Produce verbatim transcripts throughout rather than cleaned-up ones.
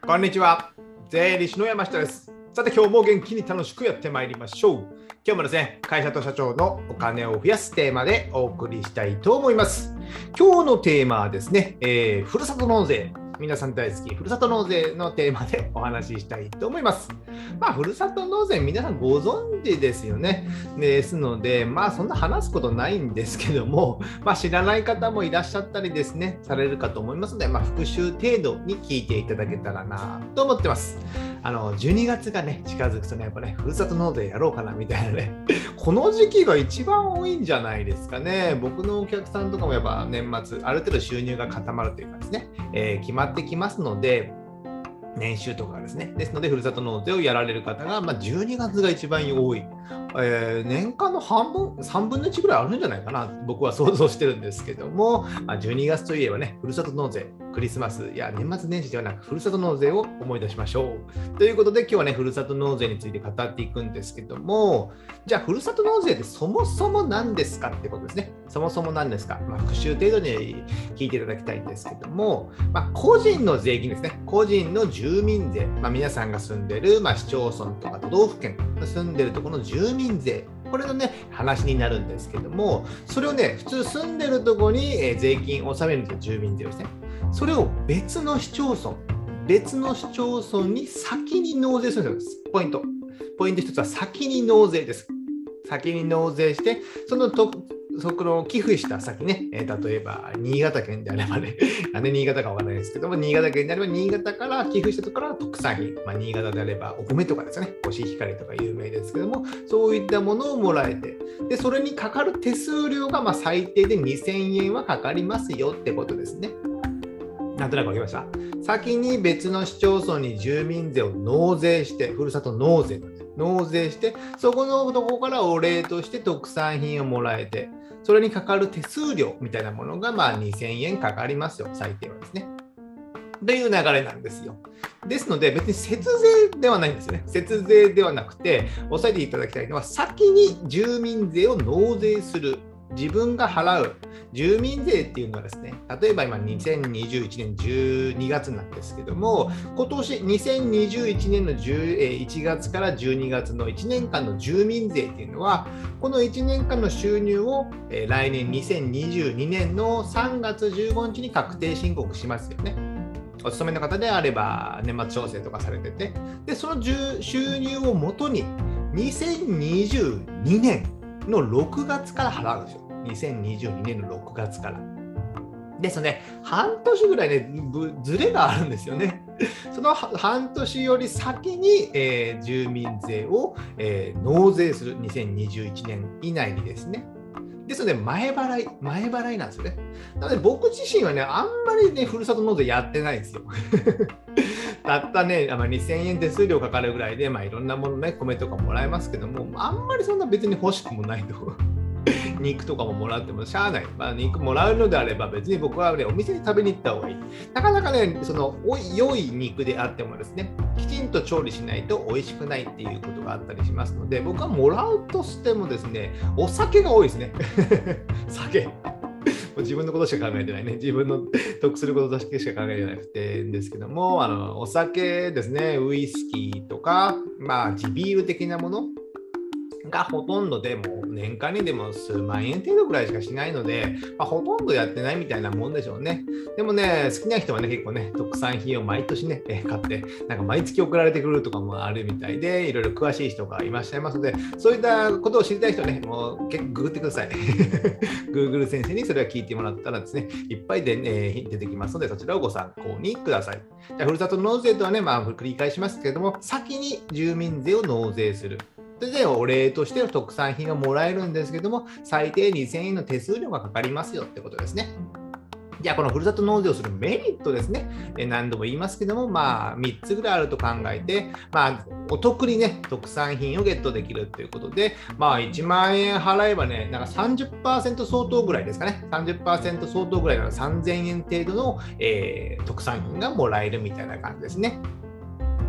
こんにちは。税理士の山下です。さて、今日も元気に楽しくやってまいりましょう。今日もですね、会社と社長のお金を増やすテーマでお送りしたいと思います。今日のテーマはですね、えー、ふるさと納税。皆さん大好き、ふるさと納税のテーマでお話ししたいと思います。まあ、ふるさと納税、皆さんご存知ですよね。ですので、まあ、そんな話すことないんですけども、まあ、知らない方もいらっしゃったりですね、されるかと思いますので、まあ、復習程度に聞いていただけたらなと思ってます。あの、じゅうにがつがね、近づくとね、やっぱね、ふるさと納税やろうかなみたいなね、この時期が一番多いんじゃないですかね。僕のお客さんとかもやっぱ年末、ある程度収入が固まるというかですね、えー、決まってきますので、年収とかがですね。ですので、ふるさと納税をやられる方が、まあ、じゅうにがつが一番多い。えー、年間の半分、さんぶんのいちぐらいあるんじゃないかな、僕は想像してるんですけども、まあ、じゅうにがつといえばね、ふるさと納税、クリスマス、いや、年末年始ではなく、ふるさと納税を思い出しましょう。ということで、今日はね、ふるさと納税について語っていくんですけども、じゃあ、ふるさと納税ってそもそも何ですかってことですね。そもそも何ですか。まあ、復習程度に聞いていただきたいんですけども、まあ、個人の税金ですね。個人の住民税、まあ、皆さんが住んでる、まあ、市町村とか都道府県、住んでるところの住民税、これのね、話になるんですけども、それをね、普通住んでるところに、えー、税金を納めるんですよ、住民税をですね。それを別の市町村、別の市町村に先に納税するんです。ポイント。ポイント一つは先に納税です。先に納税して、そのとそこの寄付した先ね、えー、例えば新潟県であればね、なんで新潟かわからないですけども、新潟県であれば新潟から寄付したところから特産品、まあ、新潟であればお米とかですね、コシヒカリとか有名ですけども、そういったものをもらえて、でそれにかかる手数料がまあ最低でにせんえんはかかりますよってことですね。なんとなくわかりました。先に別の市町村に住民税を納税して、ふるさと納税なんです。納税して、そこのところからお礼として特産品をもらえて、それにかかる手数料みたいなものがまあにせんえんかかりますよ、最低はですね。という流れなんですよ。ですので、別に節税ではないんですよね。節税ではなくて、押さえていただきたいのは、先に住民税を納税する。自分が払う住民税っていうのはですね、例えば今にせんにじゅういちねんじゅうにがつなんですけども、今年にせんにじゅういちねんのいちがつからじゅうにがつのいちねんかんの住民税っていうのは、このいちねんかんの収入を来年にせんにじゅうにねんのさんがつじゅうごにちに確定申告しますよね。お勤めの方であれば年末調整とかされてて、でその収入をもとににせんにじゅうにねんのろくがつから払うんですよ。にせんにじゅうにねんのろくがつから。ですので、半年ぐらいね、ずれがあるんですよね。その半年より先に、えー、住民税を、えー、納税するにせんにじゅういちねん以内にですね。ですので、前払い、前払いなんですよね。なので、僕自身はね、あんまりね、ふるさと納税やってないんですよ。たったね、にせんえん手数料かかるぐらいで、まあ、いろんなものね、米とかもらえますけども、あんまりそんな別に欲しくもないと。肉とかももらってもしゃあない。まあ、肉もらうのであれば別に僕はね、お店に食べに行った方がいい。なかなかね、その良い肉であってもですね、きちんと調理しないと美味しくないっていうことがあったりしますので、僕はもらうとしてもですね、お酒が多いですね。酒。自分のことしか考えてないね。自分の得することだけしか考えてなくてんですけども、あのお酒ですね、ウイスキーとか、まあ、地ビール的なものがほとんどでも年間にでも数万円程度ぐらいしかしないので、まあ、ほとんどやってないみたいなもんでしょうね。でもね、好きな人はね、結構ね、特産品を毎年ね、買って、なんか毎月送られてくるとかもあるみたいで、いろいろ詳しい人がいらっしゃいますので、そういったことを知りたい人はね、もう結構ググってください。Google 先生にそれは聞いてもらったらですね、いっぱいで、えー、出てきますので、そちらをご参考にください。じゃあ、ふるさと納税とはね、まあ、繰り返しますけれども、先に住民税を納税する。で、お礼としての特産品がもらえるんですけども、最低にせんえんの手数料がかかりますよってことですね。じゃあ、このふるさと納税をするメリットですね。何度も言いますけども、まあ、みっつぐらいあると考えて、まあ、お得にね、特産品をゲットできるということで、まあ、いちまんえん払えばね、なんか さんじゅっパーセント 相当ぐらいですかね。さんじゅっパーセント 相当ぐらいのさんぜんえん程度の、えー、特産品がもらえるみたいな感じですね。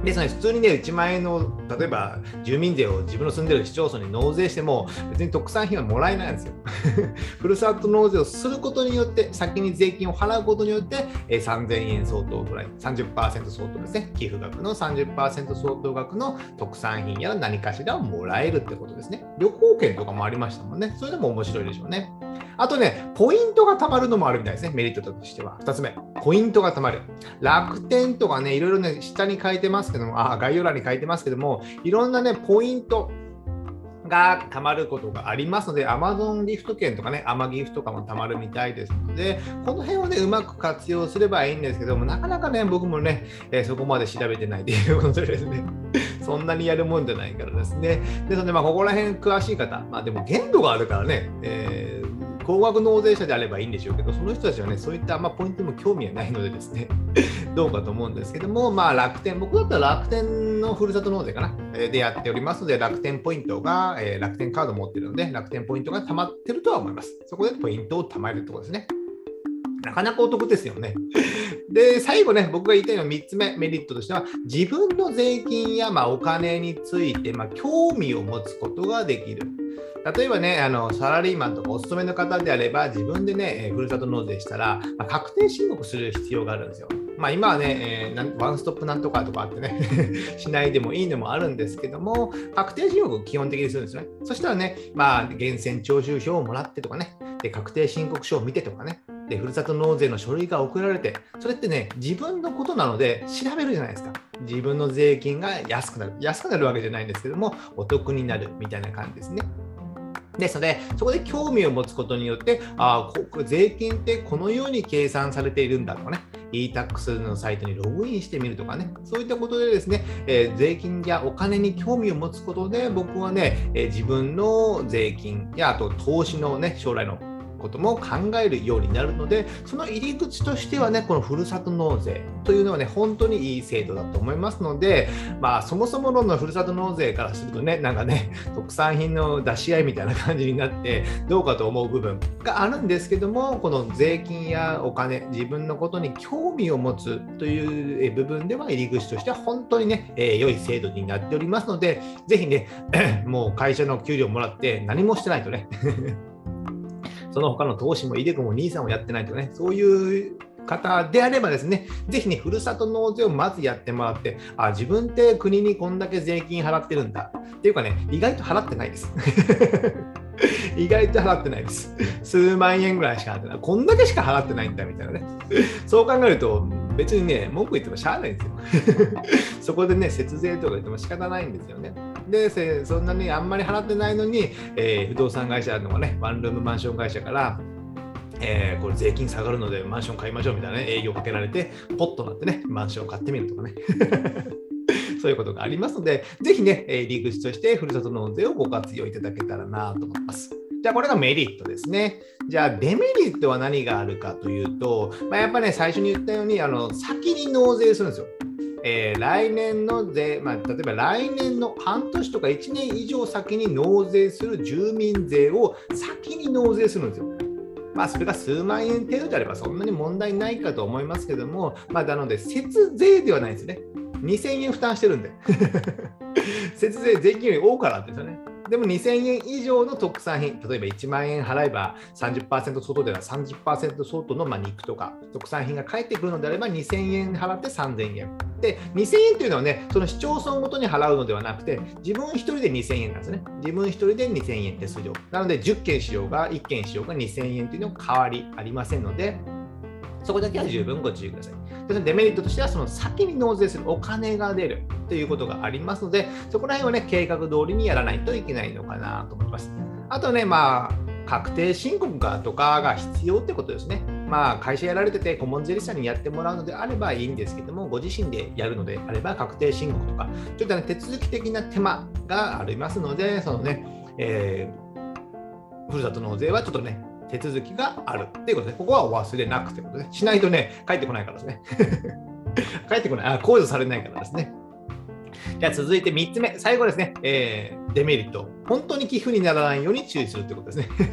ですので、普通にね、いちまん円の、例えば住民税を自分の住んでる市町村に納税しても、別に特産品はもらえないんですよ。ふるさと納税をすることによって、先に税金を払うことによって、えー、さんぜんえん相当ぐらい、さんじゅっパーセント 相当ですね、寄付額の さんじゅっパーセント 相当額の特産品や何かしらをもらえるってことですね。旅行券とかもありましたもんね。それでも面白いでしょうね。あとね、ポイントが貯まるのもあるみたいですね、メリットとしては。ふたつめ、ポイントが貯まる。楽天とかね、いろいろね、下に書いてますけども、あ、概要欄に書いてますけども、いろんなね、ポイントが貯まることがありますので、Amazon ギフト券とかね、アマギフトとかも貯まるみたいですので、この辺をね、うまく活用すればいいんですけども、なかなかね、僕もね、えー、そこまで調べてないということでですね、そんなにやるもんじゃないからですね。ですので、まあ、ここら辺詳しい方、まあ、でも限度があるからね、えー高額納税者であればいいんでしょうけど、その人たちはね、そういったあんまポイントにも興味はないのでですね、どうかと思うんですけども、まあ楽天、僕だったら楽天のふるさと納税かな、えー、でやっておりますので、楽天ポイントが、えー、楽天カードを持っているので、楽天ポイントが溜まってるとは思います。そこでポイントを貯めるってことですね。なかなかお得ですよね。で、最後ね、僕が言いたいのはみっつめ、メリットとしては、自分の税金や、まあ、お金について、まあ、興味を持つことができる。例えばね、あのサラリーマンとかお勤めの方であれば、自分でね、えー、ふるさと納税したら、まあ、確定申告する必要があるんですよ。まあ、今はね、えー、なんワンストップなんとかとかあってね、しないでもいいのもあるんですけども、確定申告を基本的にするんですよね。そしたらね、まあ、源泉徴収票をもらってとかね、で確定申告書を見てとかね、でふるさと納税の書類が送られて、それってね、自分のことなので調べるじゃないですか。自分の税金が安くなる。安くなるわけじゃないんですけども、お得になるみたいな感じですね。ですので、そこで興味を持つことによって、ああ、税金ってこのように計算されているんだとかね、イータックス のサイトにログインしてみるとかね、そういったことでですね、えー、税金やお金に興味を持つことで、僕はね、えー、自分の税金やあと投資のね、将来のことも考えるようになるので、その入り口としてはね、このふるさと納税というのはね、本当にいい制度だと思いますので、まあ、そもそものふるさと納税からするとね、なんかね、特産品の出し合いみたいな感じになって、どうかと思う部分があるんですけども、この税金やお金、自分のことに興味を持つという部分では、入り口としては本当にね、えー、良い制度になっておりますので、ぜひね、もう会社の給料もらって何もしてないとね、その他の投資もイデコもニーサもやってないとかね、そういう方であればですね、ぜひね、ふるさと納税をまずやってもらって、あ、自分って国にこんだけ税金払ってるんだっていうかね、意外と払ってないです。意外と払ってないです。数万円ぐらいしか払ってない。こんだけしか払ってないんだみたいなね。そう考えると、別にね、文句言ってもしゃあないんですよ。そこでね、節税とか言っても仕方ないんですよね。で、そんなにあんまり払ってないのに、えー、不動産会社のがね、ワンルームマンション会社から、えー、これ税金下がるのでマンション買いましょうみたいな、ね、営業かけられて、ポッとなってね、マンションを買ってみるとかね。そういうことがありますので、ぜひね、入り口としてふるさと納税をご活用いただけたらなと思います。じゃあこれがメリットですね。じゃあデメリットは何があるかというと、まあ、やっぱりね、最初に言ったように、あの先に納税するんですよ。えー、来年の税、まあ、例えば来年の半年とかいちねん以上先に納税する住民税を先に納税するんですよ。まあ、それが数万円程度であればそんなに問題ないかと思いますけども、まあ、なので節税ではないんですね。にせんえん負担してるんで。節税、税金より多く払ってるんですよね。でもにせんえん以上の特産品、例えばいちまんえん払えば さんじゅっパーセント 相当では さんじゅっパーセント 相当のまあ肉とか特産品が返ってくるのであればにせんえん払ってさんぜんえん。で、にせんえんというのはね、その市町村ごとに払うのではなくて、自分一人でにせんえんなんですね。自分一人でにせんえん手数料。なのでじゅっけんしようがいっけんしようがにせんえんというのは変わりありませんので、そこだけは十分ご注意ください。でデメリットとしては、その先に納税するお金が出るということがありますので、そこら辺はね、計画通りにやらないといけないのかなと思います。あとね、まあ、確定申告がとかが必要ってことですね。まあ、会社やられてて、顧問税理士さんにやってもらうのであればいいんですけども、ご自身でやるのであれば、確定申告とか、ちょっとね、手続き的な手間がありますので、そのね、えー、ふるさと納税はちょっとね、手続きがあるっていうことで、ここはお忘れなくということで、しないとね、帰ってこないからですね。帰ってこない、あ、控除されないからですね。じゃあ続いてみっつめ、最後ですね、えー、デメリット。本当に寄付にならないように注意するということですね。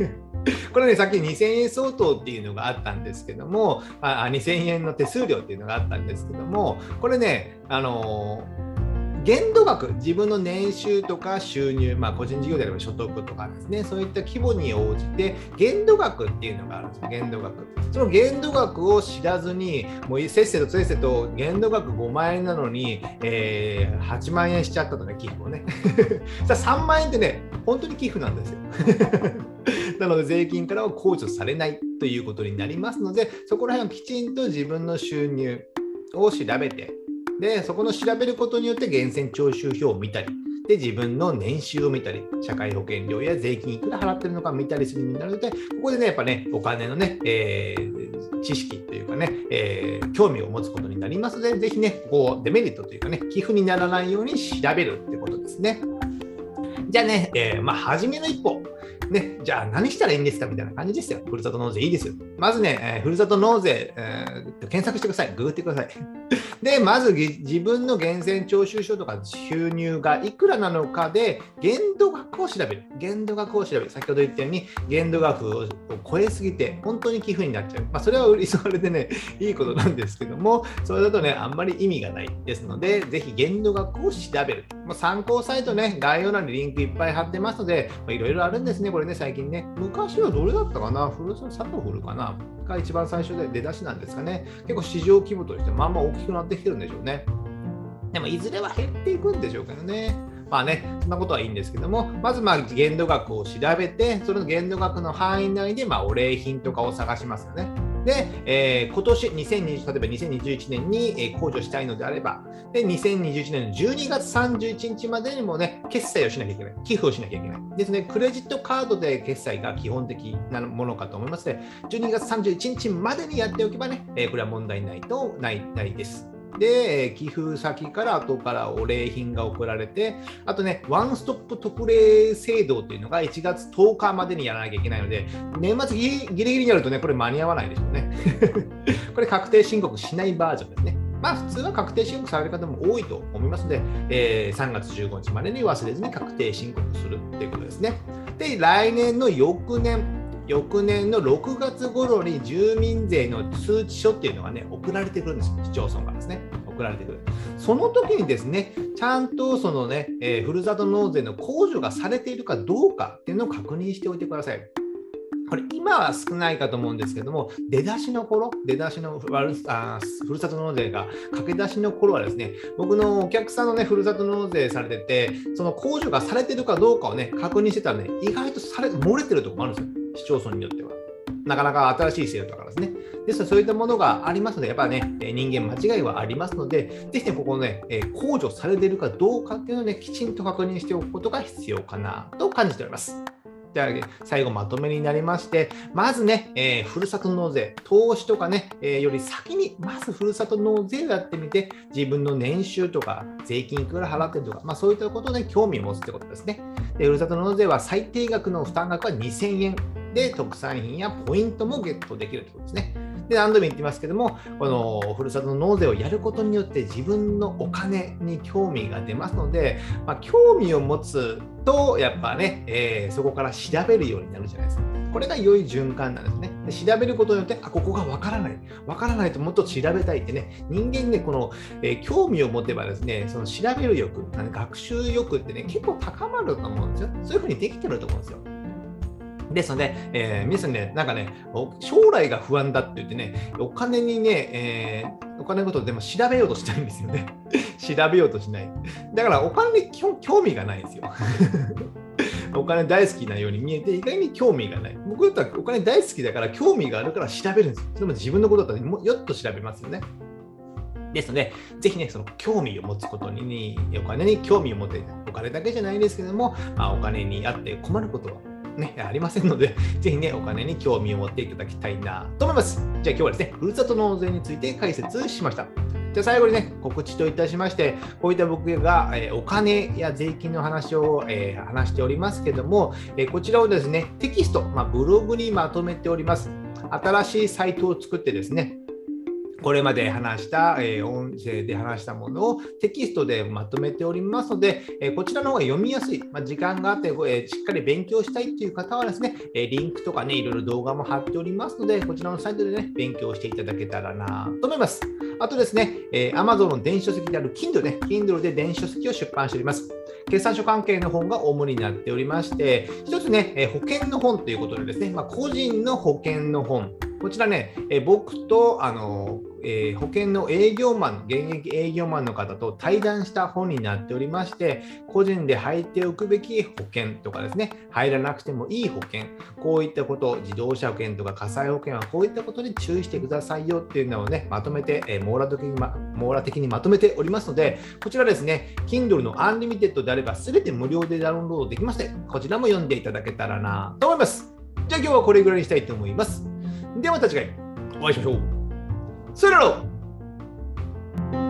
これね、さっきにせんえん相当っていうのがあったんですけども、あにせんえんの手数料っていうのがあったんですけども、これね、あのー限度額、自分の年収とか収入、まあ、個人事業であれば所得とかですね、そういった規模に応じて、限度額っていうのがあるんですよ、限度額。その限度額を知らずに、もうせっせとせっせと限度額ごまんえんなのに、えー、はちまんえんしちゃったとね、寄付をね。さんまんえんってね、本当に寄付なんですよ。なので、税金からは控除されないということになりますので、そこら辺をきちんと自分の収入を調べて、で、そこの調べることによって源泉徴収票を見たり、で、自分の年収を見たり、社会保険料や税金いくら払ってるのか見たりするようになるので、ここでね、やっぱね、お金のね、えー、知識というかね、えー、興味を持つことになりますので、ぜひね、ここデメリットというかね、寄付にならないように調べるってことですね。じゃあね、えー、まあ、初めの一歩。ね、じゃあ何したらいいんですかみたいな感じですよ。ふるさと納税いいですよ。まずね、えー、ふるさと納税、えー、検索してください。ググってください。で、まず自分の源泉徴収書とか収入がいくらなのかで、限度額を調べる。限度額を調べる。先ほど言ったように、限度額を超えすぎて、本当に寄付になっちゃう。まあ、それはそれでね、いいことなんですけども、それだとね、あんまり意味がないですので、ぜひ限度額を調べる。まあ、参考サイトね、概要欄にリンクいっぱい貼ってますので、いろいろあるんですね、これね、最近ね。昔はどれだったかな、フルサトフルかなが一番最初で出だしなんですかね。結構市場規模としてまあまあ大きくなってきてるんでしょうね。でもいずれは減っていくんでしょうけどね。まあね、そんなことはいいんですけども、まずまあ限度額を調べて、その限度額の範囲内でまあお礼品とかを探しますよね。で、えー、今年にせんにじゅう、例えばにせんにじゅういちねんに、えー、控除したいのであれば、で、にせんにじゅういちねんのじゅうにがつさんじゅういちにちまでにもね、決済をしなきゃいけない。寄付をしなきゃいけない。ですね、クレジットカードで決済が基本的なものかと思いますので、じゅうにがつさんじゅういちにちまでにやっておけばね、えー、これは問題ないと、ない、ないです。で、寄付先から後からお礼品が送られて、あとね、ワンストップ特例制度っていうのがいちがつとおかまでにやらなきゃいけないので、年末ギリギリになるとね、これ間に合わないでしょうね。これ確定申告しないバージョンですね。まあ普通は確定申告される方も多いと思いますので、えー、さんがつじゅうごにちまでに忘れずに確定申告するということですね。で、来年の翌年、翌年のろくがつ頃に住民税の通知書っていうのがね、送られてくるんです。市町村からですね。送られてくる。その時にですね、ちゃんとそのね、えー、ふるさと納税の控除がされているかどうかっていうのを確認しておいてください。これ今は少ないかと思うんですけども、出だしの頃、出だしのあふるさと納税が駆け出しの頃はですね、僕のお客さんのね、ふるさと納税されてて、その控除がされてるかどうかをね、確認してたらね、意外とされ漏れてるところもあるんですよ。市町村によっては。なかなか新しい制度だからですね。ですので、そういったものがありますので、やっぱりね、人間間違いはありますので、ぜひね、ここのね、控除されているかどうかっていうのをね、きちんと確認しておくことが必要かなと感じております。じゃあ、最後まとめになりまして、まずね、えー、ふるさと納税、投資とかね、えー、より先に、まずふるさと納税をやってみて、自分の年収とか、税金いくら払ってるとか、まあそういったことで興味を持つってことですね。で、ふるさと納税は最低額の負担額はにせんえんで、特産品やポイントもゲットできるということですね。で、何度も言ってますけども、このふるさと納税をやることによって自分のお金に興味が出ますので、まあ、興味を持つと、やっぱね、えー、そこから調べるようになるじゃないですか。これが良い循環なんですね。で、調べることによって、あ、ここがわからない。わからないともっと調べたいってね、人間ね、この、えー、興味を持てばですね、その調べる欲、学習欲ってね、結構高まると思うんですよ。そういうふうにできてると思うんですよ。ですので、えー、皆さんね、なんかね、将来が不安だって言ってね、お金にね、えー、お金のことをでも調べようとしないんですよね。調べようとしない。だからお金に興味がないんですよ。お金大好きなように見えて、意外に興味がない。僕だったらお金大好きだから興味があるから調べるんですよ。でも自分のことだったらもよっと調べますよね。ですので、ぜひね、その興味を持つことに、お金に興味を持って、お金だけじゃないですけども、まあ、お金にあって困ることはね、ありませんので、ぜひね、お金に興味を持っていただきたいなと思います。じゃあ今日はですね、ふるさと納税について解説しました。じゃあ最後にね、告知といたしまして、こういった僕が、えー、お金や税金の話を、えー、話しておりますけども、えー、こちらをですね、テキスト、まあ、ブログにまとめております。新しいサイトを作ってですね、 これまで話した、えー、音声で話したものをテキストでまとめておりますので、えー、こちらの方が読みやすい、まあ、時間があって、えー、しっかり勉強したいという方はですね、えー、リンクとかね、いろいろ動画も貼っておりますので、こちらのサイトでね、勉強していただけたらなと思います。あとですね、えー、Amazon の電子書籍である Kindle ね、Kindle で電子書籍を出版しております。決算書関係の本が主になっておりまして、一つね、えー、保険の本ということでですね、まあ、個人の保険の本、こちらね、え僕とあの、えー、保険の営業マン、現役営業マンの方と対談した本になっておりまして、個人で入っておくべき保険とかですね、入らなくてもいい保険、こういったこと、自動車保険とか火災保険はこういったことに注意してくださいよっていうのをね、まとめて、えー、網羅的に、ま、網羅的にまとめておりますので、こちらですね、Kindle の Unlimited であれば全て無料でダウンロードできますので、こちらも読んでいただけたらなと思います。じゃあ今日はこれぐらいにしたいと思います。ではまた次回お会いしましょう。さよなら。